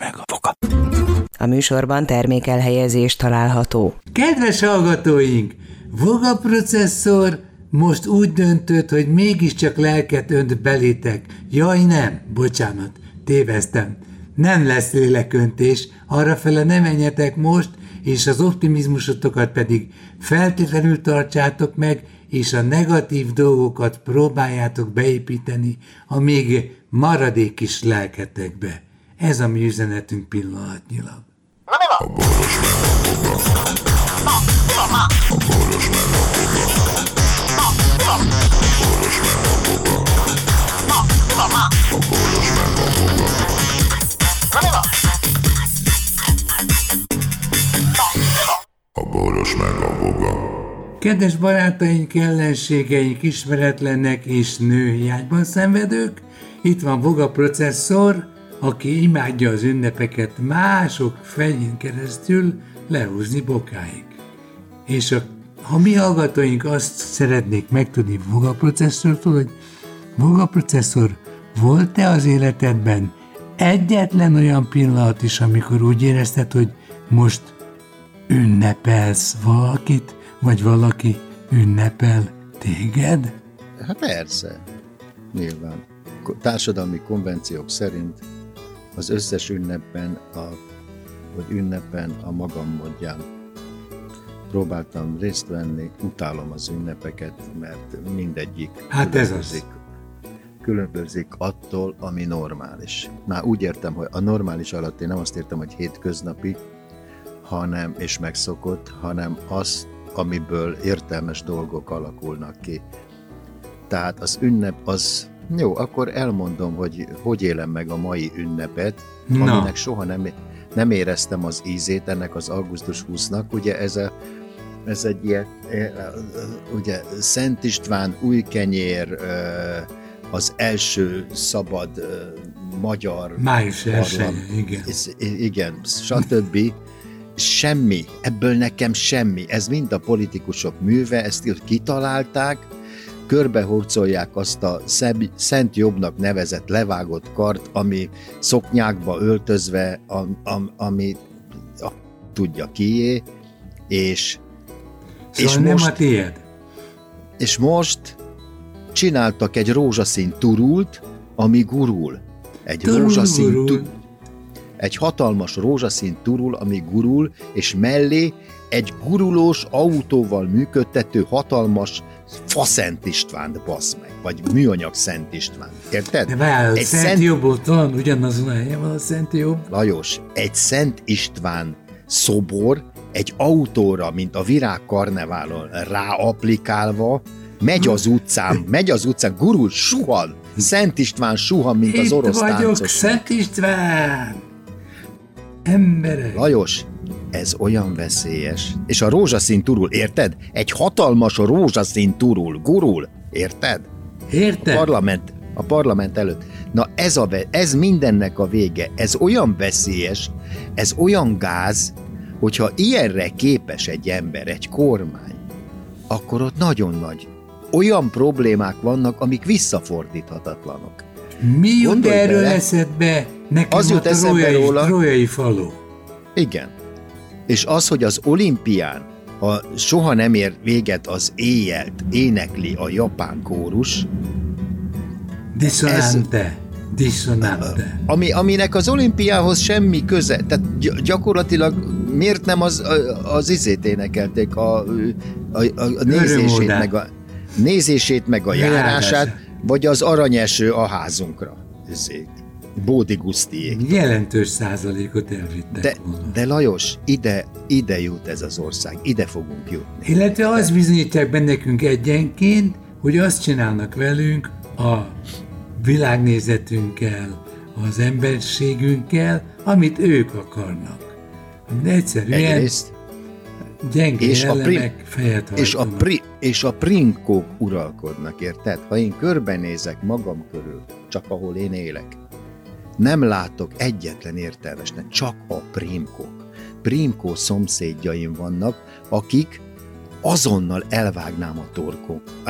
meg a foga. A műsorban termékelhelyezés található. Kedves hallgatóink! Voga processzor most úgy döntött, hogy mégiscsak lelket önt belétek. Jaj, nem, bocsánat, téveztem. Nem lesz léleköntés, arrafele ne menjetek most, és az optimizmusotokat pedig feltétlenül tartsátok meg, és a negatív dolgokat próbáljátok beépíteni a még maradék kis lelketekbe. Ez a mi üzenetünk pillanatnyilag. A boros meg a boga. A boros meg a boga. A boros meg a boga. A boros meg a boga. A boros meg a boga. Kedves barátaink, ellenségeink, ismeretlenek és nőhiányban szenvedők, itt van Voga processzor, aki imádja az ünnepeket mások fején keresztül lehúzni bokáig. És ha mi hallgatóink azt szeretnék megtudni Voga processzortól, hogy Voga processzor, volt-e az életedben egyetlen olyan pillanat is, amikor úgy érezted, hogy most ünnepelsz valakit, vagy valaki ünnepel téged? Hát persze, nyilván. Társadalmi konvenciók szerint az összes ünnepen, a magam módján próbáltam részt venni, utálom az ünnepeket, mert mindegyik különbözik attól, ami normális. Már úgy értem, hogy a normális alatt én nem azt értem, hogy hétköznapi, és megszokott, hanem az, amiből értelmes dolgok alakulnak ki. Tehát az ünnep az... Jó, akkor elmondom, hogy élem meg a mai ünnepet, aminek soha nem éreztem az ízét, ennek az augusztus 20-nak. Ugye ez egy ilyen, ugye Szent István, új kenyér, az első szabad magyar május 1, igen. Igen, stb. Semmi, ebből nekem semmi. Ez mind a politikusok műve, ezt kitalálták, körbehurcolják azt a Szent Jobbnak nevezett levágott kart, ami szoknyákba öltözve, ami tudja kié, és nem most, a tiéd. És most csináltak egy rózsaszín turult, ami gurul. Egy hatalmas rózsaszín turul, ami gurul, és mellé egy gurulós autóval működtető hatalmas Szent Istvánt, bassz meg, vagy műanyag Szent István. Érted? De várj, Szent Jobbot van, ugyanazon a helyen van a Szent Jobb. Lajos, egy Szent István szobor egy autóra, mint a virágkarneválon ráaplikálva, megy az utcán, gurul, suhan, Szent István suhan, mint az orosz táncos. Itt vagyok, Szent István! Emberek! Lajos, ez olyan veszélyes. És a rózsaszín turul, érted? Egy hatalmas rózsaszín turul, gurul, érted? Érted? A parlament előtt. Na ez mindennek a vége. Ez olyan veszélyes, ez olyan gáz, hogyha ilyenre képes egy ember, egy kormány, akkor ott nagyon nagy. Olyan problémák vannak, amik visszafordíthatatlanok. Mi jut erről eszedbe? Nekem az jut eszembe róla. Trójai falu. Igen. És az, hogy az olimpián, ha soha nem ér véget az éjjelt, énekli a japán kórus. Dissonante. Aminek az olimpiához semmi köze. Tehát gyakorlatilag miért nem az izét énekelték, a nézését, meg a járását, vagy az aranyeső a házunkra. Bódi Gusztiék. Jelentős százalékot elvittek volna. De Lajos, ide jut ez az ország, ide fogunk jutni. Illetve azt bizonyítják be nekünk egyenként, hogy azt csinálnak velünk a világnézetünkkel, az emberségünkkel, amit ők akarnak. Egyszerűen gyenge elemek fejet hajtanak. És a prinkók uralkodnak, érted? Ha én körbenézek magam körül, csak ahol én élek, nem látok egyetlen értelmesnek, csak a prinkók. Prinkó szomszédjaim vannak, akik azonnal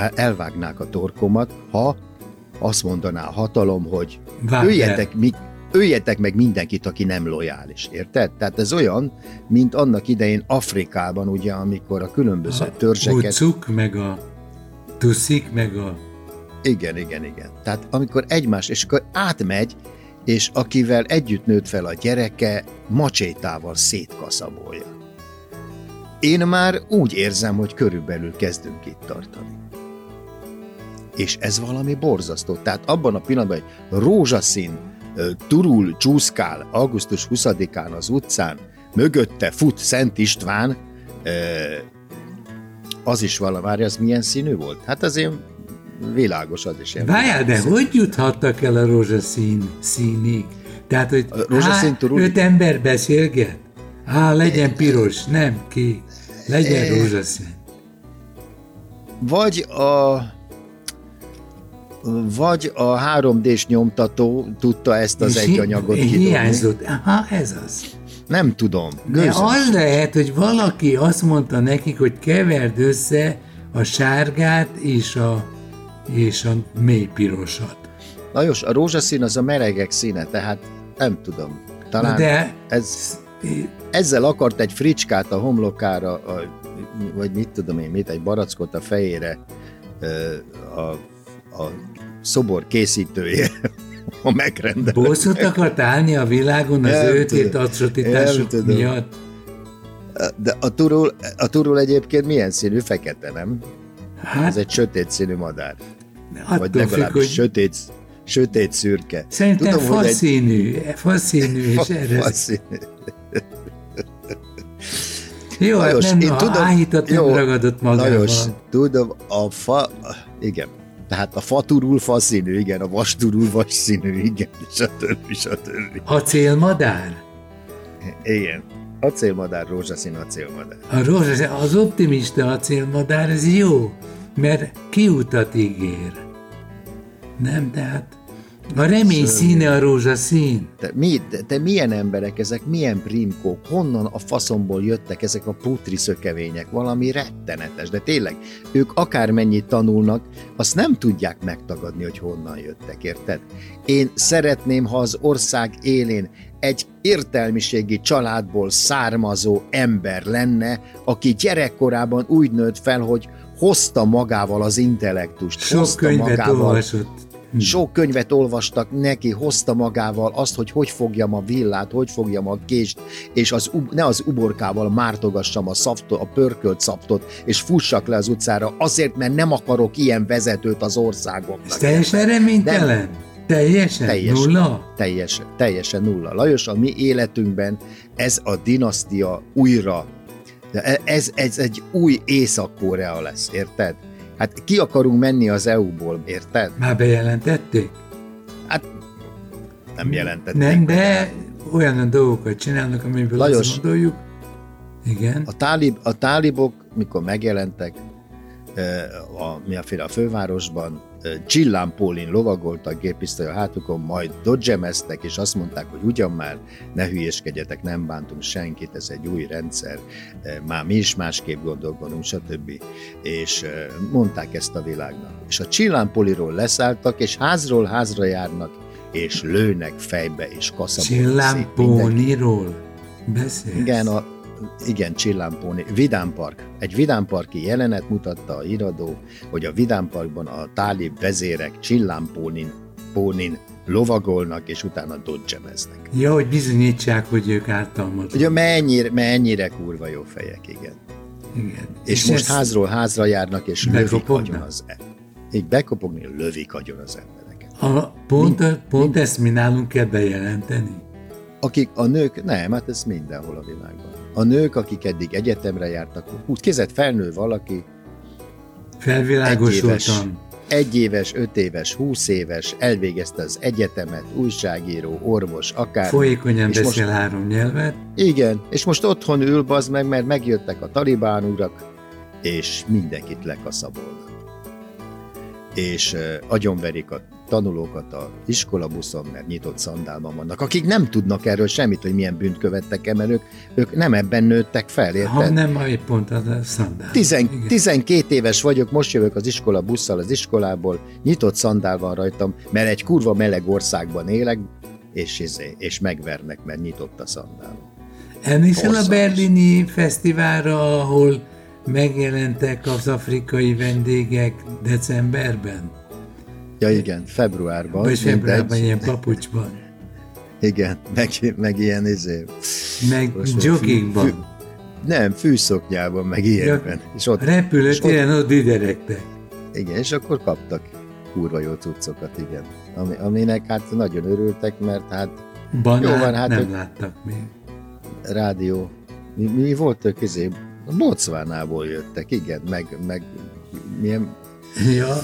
elvágnák a torkomat, ha azt mondaná a hatalom, hogy öljetek meg mindenkit, aki nem lojális, érted? Tehát ez olyan, mint annak idején Afrikában, ugye, amikor a különböző törzseket... Hucuk, meg a tuszik, meg a... Igen. Tehát amikor egymás, és akkor átmegy, és akivel együtt nőtt fel a gyereke, macsétával szétkaszabolja. Én már úgy érzem, hogy körülbelül kezdünk itt tartani. És ez valami borzasztó. Tehát abban a pillanatban, hogy rózsaszín turul csúszkál augusztus 20-án az utcán, mögötte fut Szent István, az is valami, az milyen színű volt? Hát azért világos az is. Várjál, de hogy juthattak el a rózsaszín színig? Tehát, hogy 5 ember beszélget? Legyen piros, nem kék, legyen rózsaszín. Vagy a 3D-s nyomtató tudta ezt az egy anyagot kidobni. Hiányzott. Ez az. Nem tudom. De az lehet, hogy valaki azt mondta nekik, hogy keverd össze a sárgát és a mély pirosat. Lajos, a rózsaszín az a meregek színe, tehát nem tudom. Talán ezzel akart egy fricskát a homlokára, vagy mit tudom én, egy barackot a fejére a szobor készítője, a megrendelő. Bosszút akart állni a világon az őtét atrocitások miatt? De a turul egyébként milyen színű? Fekete, nem? Hát, ez egy sötét színű madár. Vagy legalábbis sötét szürke. Szerintem faszínű és erre. Jó, Lajos, hát nem, áhítat nem ragadott magával. Lajos, tudom, igen. Tehát a faturul faszínű, igen, a vasturul vasszínű, igen, stb. Acélmadár? Igen. Acélmadár, rózsaszín acélmadár. Az optimista acélmadár, ez jó, mert kiutat ígér. Nem, tehát a remény színe a rózsaszín. Te milyen emberek ezek, milyen primkók, honnan a faszomból jöttek ezek a putri szökevények, valami rettenetes, de tényleg, ők akármennyit tanulnak, azt nem tudják megtagadni, hogy honnan jöttek, érted? Én szeretném, ha az ország élén egy értelmiségi családból származó ember lenne, aki gyerekkorában úgy nőtt fel, hogy hozta magával az intellektust. Sok könyvet olvasott. Sok könyvet olvastak neki, hozta magával azt, hogy fogjam a villát, hogy fogjam a kést, és ne az uborkával mártogassam a pörkölt szaptot, és fussak le az utcára, azért, mert nem akarok ilyen vezetőt az országoknak. Ez teljesen reménytelen? Teljesen? Nulla? Teljesen nulla. Lajos, a mi életünkben ez a dinasztia újra, ez egy új Észak-Korea lesz, érted? Hát ki akarunk menni az EU-ból, érted? Már bejelentették? Hát nem jelentették. Nem, de olyan dolgokat csinálnak, amiből Lajos, azt gondoljuk. Igen. A tálibok, mikor megjelentek a fővárosban, csillámpólin lovagoltak géppisztoly a hátukon, majd dodgemeztek, és azt mondták, hogy ugyan már, ne hülyéskedjetek, nem bántunk senkit, ez egy új rendszer, már mi is másképp gondolkodunk, stb. És mondták ezt a világnak. És a csillámpoliról leszálltak, és házról házra járnak, és lőnek fejbe, és kaszabolnak. Csillámpóniról beszélsz? Igen, Csillámpóni. Vidámpark. Egy vidámparki jelenet mutatta a híradó, hogy a vidámparkban a tálib vezérek csillámpónin lovagolnak, és utána dodgemeznek. Ja, hogy bizonyítsák, hogy ők ártalmatlanok. Ugye mennyire kurva jó fejek, igen. És most házról házra járnak, és lövik agyon az így bekopogni, lövik agyon az embereket. Pont ezt mi nálunk kell bejelenteni? Akik a nők, nem, hát ez mindenhol a világban. A nők, akik eddig egyetemre jártak, úgy kézett felnő valaki, felvilágosultan. 1 éves, 5 éves, 20 éves, elvégezte az egyetemet, újságíró, orvos, akár. Folyékonyan beszél 3 nyelvet. Igen, és most otthon ül, bazd meg, mert megjöttek a talibán urak, és mindenkit lekaszabolnak. És agyonverik a tanulókat a iskolabuszon, mert nyitott szandálban vannak, akik nem tudnak erről semmit, hogy milyen bűnt követtek el, mert ők nem ebben nőttek fel, érted? Ha nem, majd pont a szandál. 12 éves vagyok, most jövök az iskolabusszal az iskolából, nyitott szandál van rajtam, mert egy kurva meleg országban élek, és megvernek, mert nyitott a szandálom. Emlékszel a berlini fesztiválra, ahol megjelentek az afrikai vendégek decemberben? Ja igen, februárban. Vagy februárban, ilyen papucsban. Igen, meg ilyen meg joggingban. Nem, fűszoknyában, meg ilyenben. És ott repülőtéren ott diderektek. Igen, és akkor kaptak kurva jó cuccokat, igen. Aminek hát nagyon örültek, mert hát... Banán jó van, hát nem láttak még. Rádió. Mi voltak Botswanából jöttek, igen, meg milyen... Ja.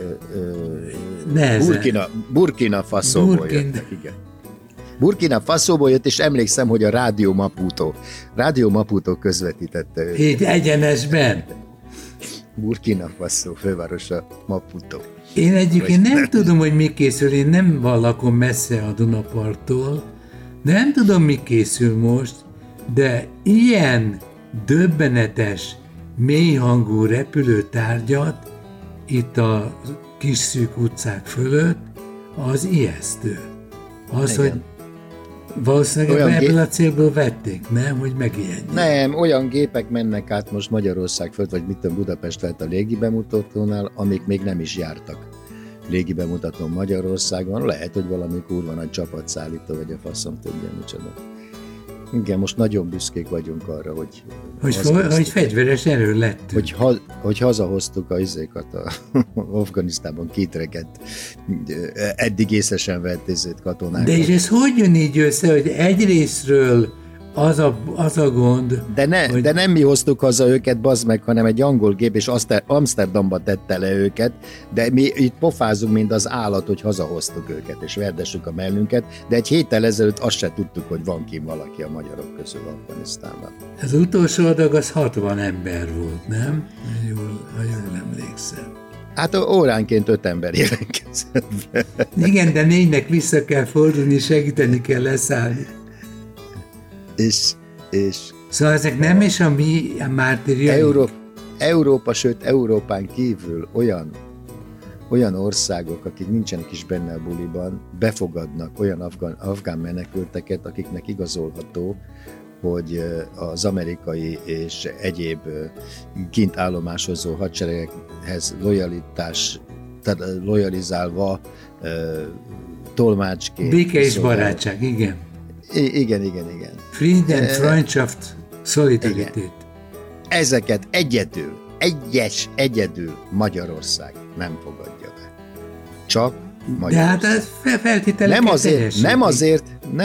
Burkina Fasoból jöttek, igen. Burkina Fasoból jött, és emlékszem, hogy a Rádió Maputo közvetítette őt. Így egyenesben. Burkina Faso fővárosa Maputo. Én egyébként nem tudom, hogy mi készül, én nem lakom messze a Dunaparttól, de nem tudom, mi készül most, de ilyen döbbenetes, mélyhangú repülőtárgyat itt a kis szűk utcák fölött, az ijesztő. Az, igen. Hogy valószínűleg ebből a célból vették, nem? Hogy megijedjék. Nem, olyan gépek mennek át most Magyarország föld, vagy mit tudom, Budapest felett a légibemutatónál, amik még nem is jártak légibemutatón Magyarországon. Lehet, hogy valami kurva nagy csapatszállító, vagy a faszom tudja micsoda. Igen, most nagyon büszkék vagyunk arra, hogy fegyveres erő lettünk. Hogy hazahoztuk a Afganisztánban kitregett, eddig észesen vett katonákat. De és ez hogy jön így össze, hogy egyrésztről az a gond... De nem mi hoztuk haza őket, bazd meg, hanem egy angol gép, és Amsterdamba tette le őket, de mi itt pofázunk, mint az állat, hogy hazahoztuk őket, és verdessük a mellünket, de egy héttel ezelőtt azt se tudtuk, hogy van kint valaki a magyarok közül Afganisztánban. Az utolsó adag az 60 ember volt, nem? Ha jól emlékszem. Hát óránként 5 ember jelentkezett. Igen, de 4-nek vissza kell fordulni, segíteni kell leszállni. És szóval ezek nem is a mi mártírjaink? Európa, sőt Európán kívül olyan országok, akik nincsenek is benne a buliban, befogadnak olyan afgán menekülteket, akiknek igazolható, hogy az amerikai és egyéb kint állomásozó hadseregekhez lojalizálva tolmácsként. Béke és barátság, igen. Igen. Frieden, Freundschaft, Solidarität. Ezeket egyedül Magyarország nem fogadja be. Csak Magyarország. De hát feltételeket nem azért,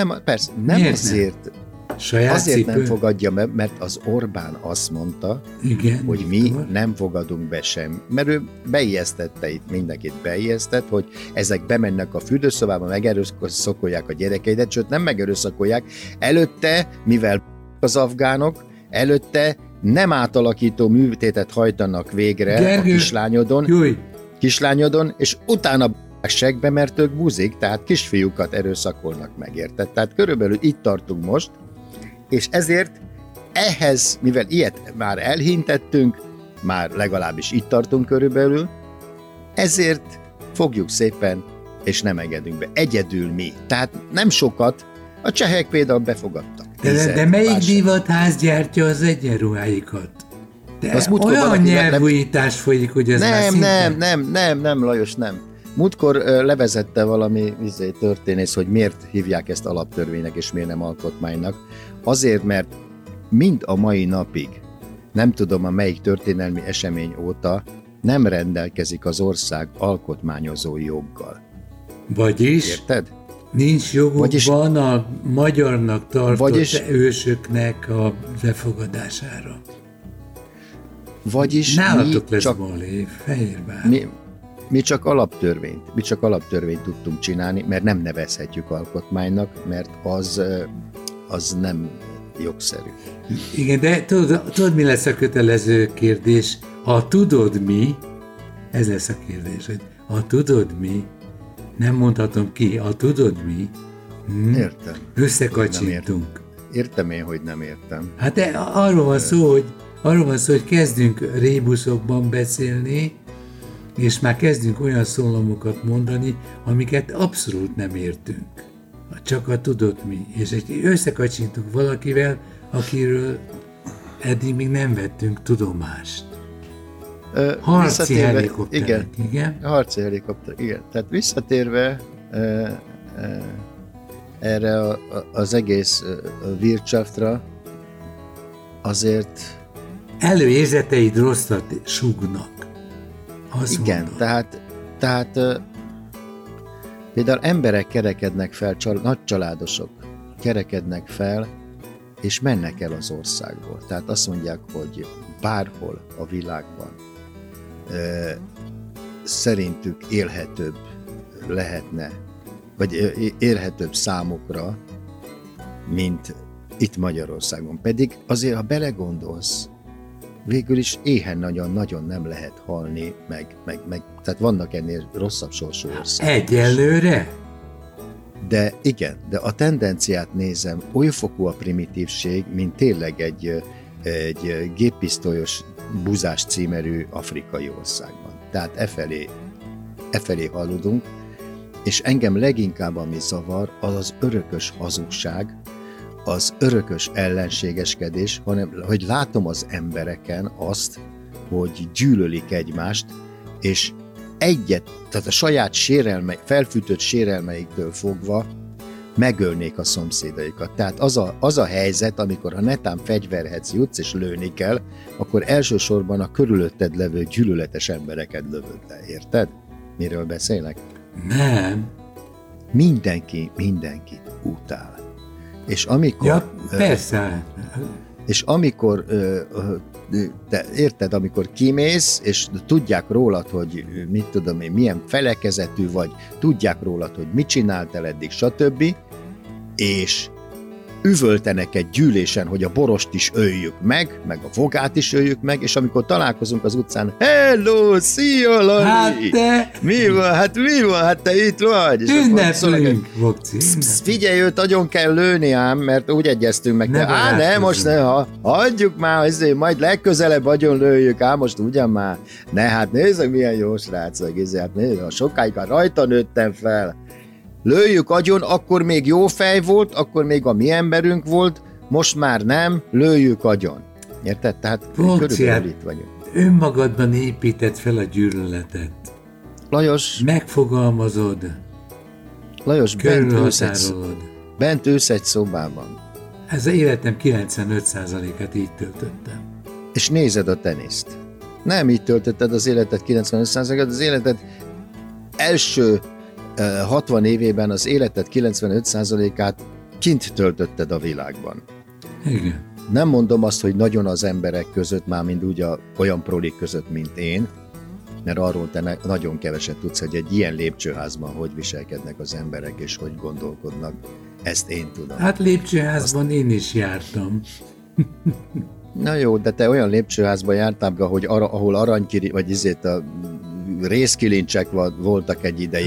azért nem fogadja be, mert az Orbán azt mondta, igen, hogy mi nem fogadunk be sem. Mert ő beijesztette itt, mindenkit beijesztett, hogy ezek bemennek a fürdőszobába, megerőszakolják a gyerekeidet, sőt nem megerőszakolják. Előtte, mivel az afgánok, nem átalakító műtétet hajtanak végre, Gergő, a kislányodon, és utána segbe, mert ők buzik, tehát kisfiúkat erőszakolnak meg, érted? Tehát körülbelül itt tartunk most, és ezért ehhez, mivel ilyet már elhintettünk, már legalábbis itt tartunk körülbelül, ezért fogjuk szépen, és nem engedünk be. Egyedül mi. Tehát nem sokat, a csehek például befogadtak. De melyik divatház gyártja az egyenruháikat? Olyan nyelvújítás folyik, hogy ez nem, Lajos, nem. Múltkor levezette valami történész, hogy miért hívják ezt alaptörvénynek, és miért nem alkotmánynak. Azért, mert mind a mai napig, nem tudom a melyik történelmi esemény óta, nem rendelkezik az ország alkotmányozó joggal. Vagyis? Érted? Nincs jogukban a magyarnak tartott ősöknek a befogadására. Vagyis nálatok lesz balé, Fehérvár. Mi csak alaptörvényt tudtunk csinálni, mert nem nevezhetjük alkotmánynak, mert az nem jogszerű. Igen, de tudod, mi lesz a kötelező kérdés? Ha tudod mi, ez lesz a kérdés, hogy ha tudod mi, nem mondhatom ki, ha tudod mi, értem. Összekacsintunk. Értem én, hogy nem értem. Hát arról van szó, hogy kezdünk rébuszokban beszélni, és már kezdünk olyan szólamokat mondani, amiket abszolút nem értünk. csak a tudott mi. És összekacsintunk valakivel, akiről eddig még nem vettünk tudomást. Harci helikopterek, igen. Harci helikopter, igen. Tehát visszatérve erre az egész Wirtschaftra, azért... Előérzeteid rosszat súgnak. Azt igen, mondod. tehát például emberek kerekednek fel, nagy családosok kerekednek fel, és mennek el az országból. Tehát azt mondják, hogy bárhol a világban szerintük élhetőbb lehetne, vagy élhetőbb számukra, mint itt Magyarországon. Pedig azért, ha belegondolsz, végül is éhen nagyon-nagyon nem lehet halni, meg tehát vannak ennél rosszabb sorsú országok. Egyelőre? De igen, de a tendenciát nézem, oly fokú a primitívség, mint tényleg egy géppisztolyos buzás címerű afrikai országban. Tehát efelé haladunk, és engem leginkább ami zavar, az az örökös hazugság, az örökös ellenségeskedés, hanem hogy látom az embereken azt, hogy gyűlölik egymást, és tehát a saját felfűtött sérelmeiktől fogva megölnék a szomszédaikat. Tehát az a helyzet, amikor ha netán fegyverhez jutsz és lőni kell, akkor elsősorban a körülötted levő gyűlöletes embereket lövöd le. Érted? Miről beszélek? Nem. Mindenki utál. És amikor... Ja, persze. És amikor, te érted, amikor kimész, és tudják rólad, hogy mit tudom én, milyen felekezetű vagy, tudják rólad, hogy mit csináltál eddig, stb., és üvöltenek egy gyűlésen, hogy a borost is öljük meg a vogát is öljük meg, és amikor találkozunk az utcán, hello, szia, Lali! Hát te... Mi van? Hát te itt vagy! Ünneplünk, Vokci. Figyelj, őt agyon kell lőni ám, mert úgy egyeztünk meg. Most ne, hagyjuk már, majd legközelebb agyon lőjük, most ugyan már. Ne, hát nézzük, milyen jó srác vagy, hát nézzük, sokáig rajta nőttem fel. Lőjük agyon, akkor még jó fej volt, akkor még a mi emberünk volt, most már nem, lőjük agyon. Érted? Tehát körülbelül itt vagyunk. Önmagadban építed fel a gyűlöletet. Lajos... Megfogalmazod. Lajos, bent ülsz egy szobában. Ez az életem 95%-át így töltöttem. És nézed a teniszt. Nem így töltötted az életed 95%-át, az életed első 60 évében az életed 95%-át kint töltötted a világban. Igen. Nem mondom azt, hogy nagyon az emberek között, mármint úgy olyan prolik között, mint én, mert arról te nagyon keveset tudsz, hogy egy ilyen lépcsőházban hogy viselkednek az emberek, és hogy gondolkodnak. Ezt én tudom. Hát lépcsőházban én is jártam. Na jó, de te olyan lépcsőházban jártál, ahol aranykiri, vagy a részkilincsek voltak egy ideig.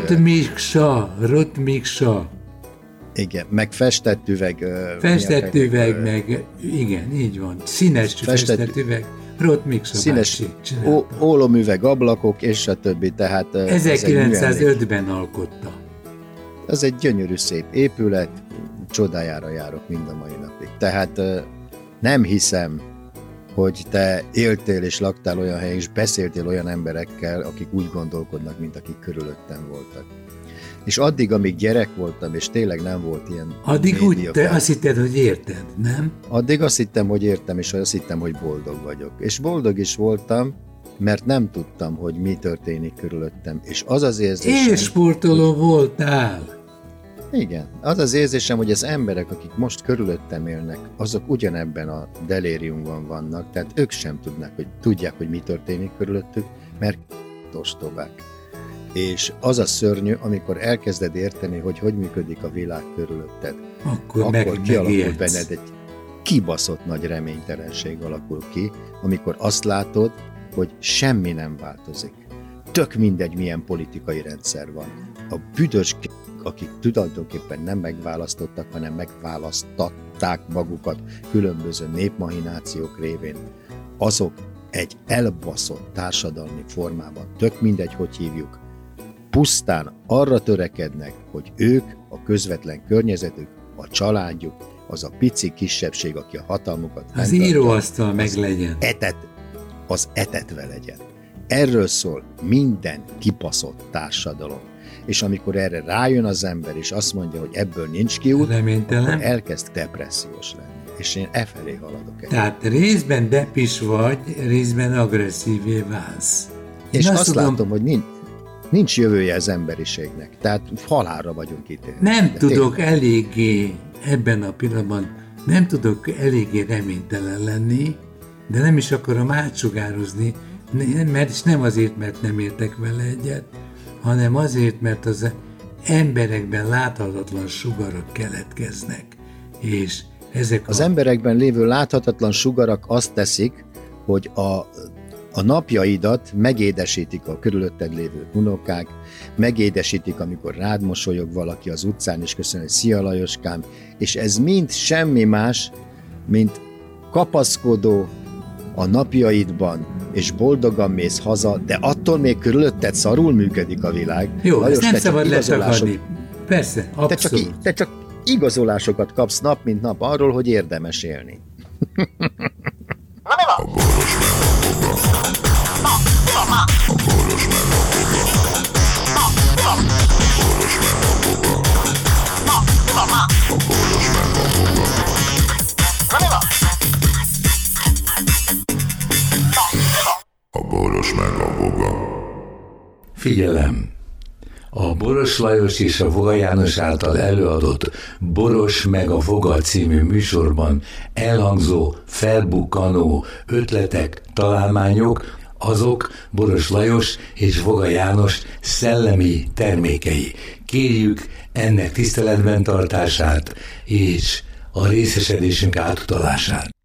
Rotmiksa. Igen, meg festett üveg. Festett üveg, meg igen, így van. Színes festett üveg. Rotmiksa színes ólomüveg ablakok, és a többi. Tehát 1905-ben alkotta. Ez egy gyönyörű szép épület, csodájára járok mind a mai napig. Tehát nem hiszem, hogy te éltél és laktál olyan helyen, és beszéltél olyan emberekkel, akik úgy gondolkodnak, mint akik körülöttem voltak. És addig, amíg gyerek voltam, és tényleg nem volt ilyen... Addig úgy te azt hitted, hogy érted, nem? Addig azt hittem, hogy értem, és azt hittem, hogy boldog vagyok. És boldog is voltam, mert nem tudtam, hogy mi történik körülöttem. És az az érzésem... Élsportoló voltál! Igen. Az az érzésem, hogy az emberek, akik most körülöttem élnek, azok ugyanebben a delériumban vannak, tehát ők sem tudják, hogy mi történik körülöttük, mert ostobák. És az a szörnyű, amikor elkezded érteni, hogy működik a világ körülötted, akkor kialakul benned egy kibaszott nagy reménytelenség alakul ki, amikor azt látod, hogy semmi nem változik. Tök mindegy, milyen politikai rendszer van. A büdös akik tulajdonképpen nem megválasztottak, hanem megválasztatták magukat különböző népmahinációk révén, azok egy elbaszott társadalmi formában, tök mindegy, hogy hívjuk, pusztán arra törekednek, hogy ők, a közvetlen környezetük, a családjuk, az a pici kisebbség, aki a hatalmukat az íróasztal meg legyen. Az etetve legyen. Erről szól minden kibaszott társadalom. És amikor erre rájön az ember, és azt mondja, hogy ebből nincs kiút, akkor elkezd depressziós lenni. És én efelé haladok el. Tehát részben depis vagy, részben agresszívé válsz. És azt látom, hogy nincs jövője az emberiségnek. Tehát halálra vagyunk ítélve. Nem tudok eléggé ebben a pillanatban, nem tudok eléggé reménytelen lenni, de nem is akarom átsugározni, és nem azért, mert nem értek vele egyet, hanem azért, mert az emberekben láthatatlan sugarak keletkeznek, és ezek az emberekben lévő láthatatlan sugarak azt teszik, hogy a napjaidat megédesítik a körülötted lévő unokák, megédesítik, amikor rád mosolyog valaki az utcán, és köszön, hogy szia Lajoskám, és ez mind semmi más, mint kapaszkodó a napjaidban, és boldogan mész haza, de attól még körülötted szarul működik a világ. Jó, Lajos, ezt nem szabad letagadni. Persze, abszolút. Te csak igazolásokat kapsz nap mint nap arról, hogy érdemes élni. A Boros meg a Voga. Figyelem! A Boros Lajos és a Voga János által előadott Boros meg a Voga című műsorban elhangzó, felbukkanó ötletek, találmányok, azok Boros Lajos és Voga János szellemi termékei. Kérjük ennek tiszteletben tartását és a részesedésünk átutalását.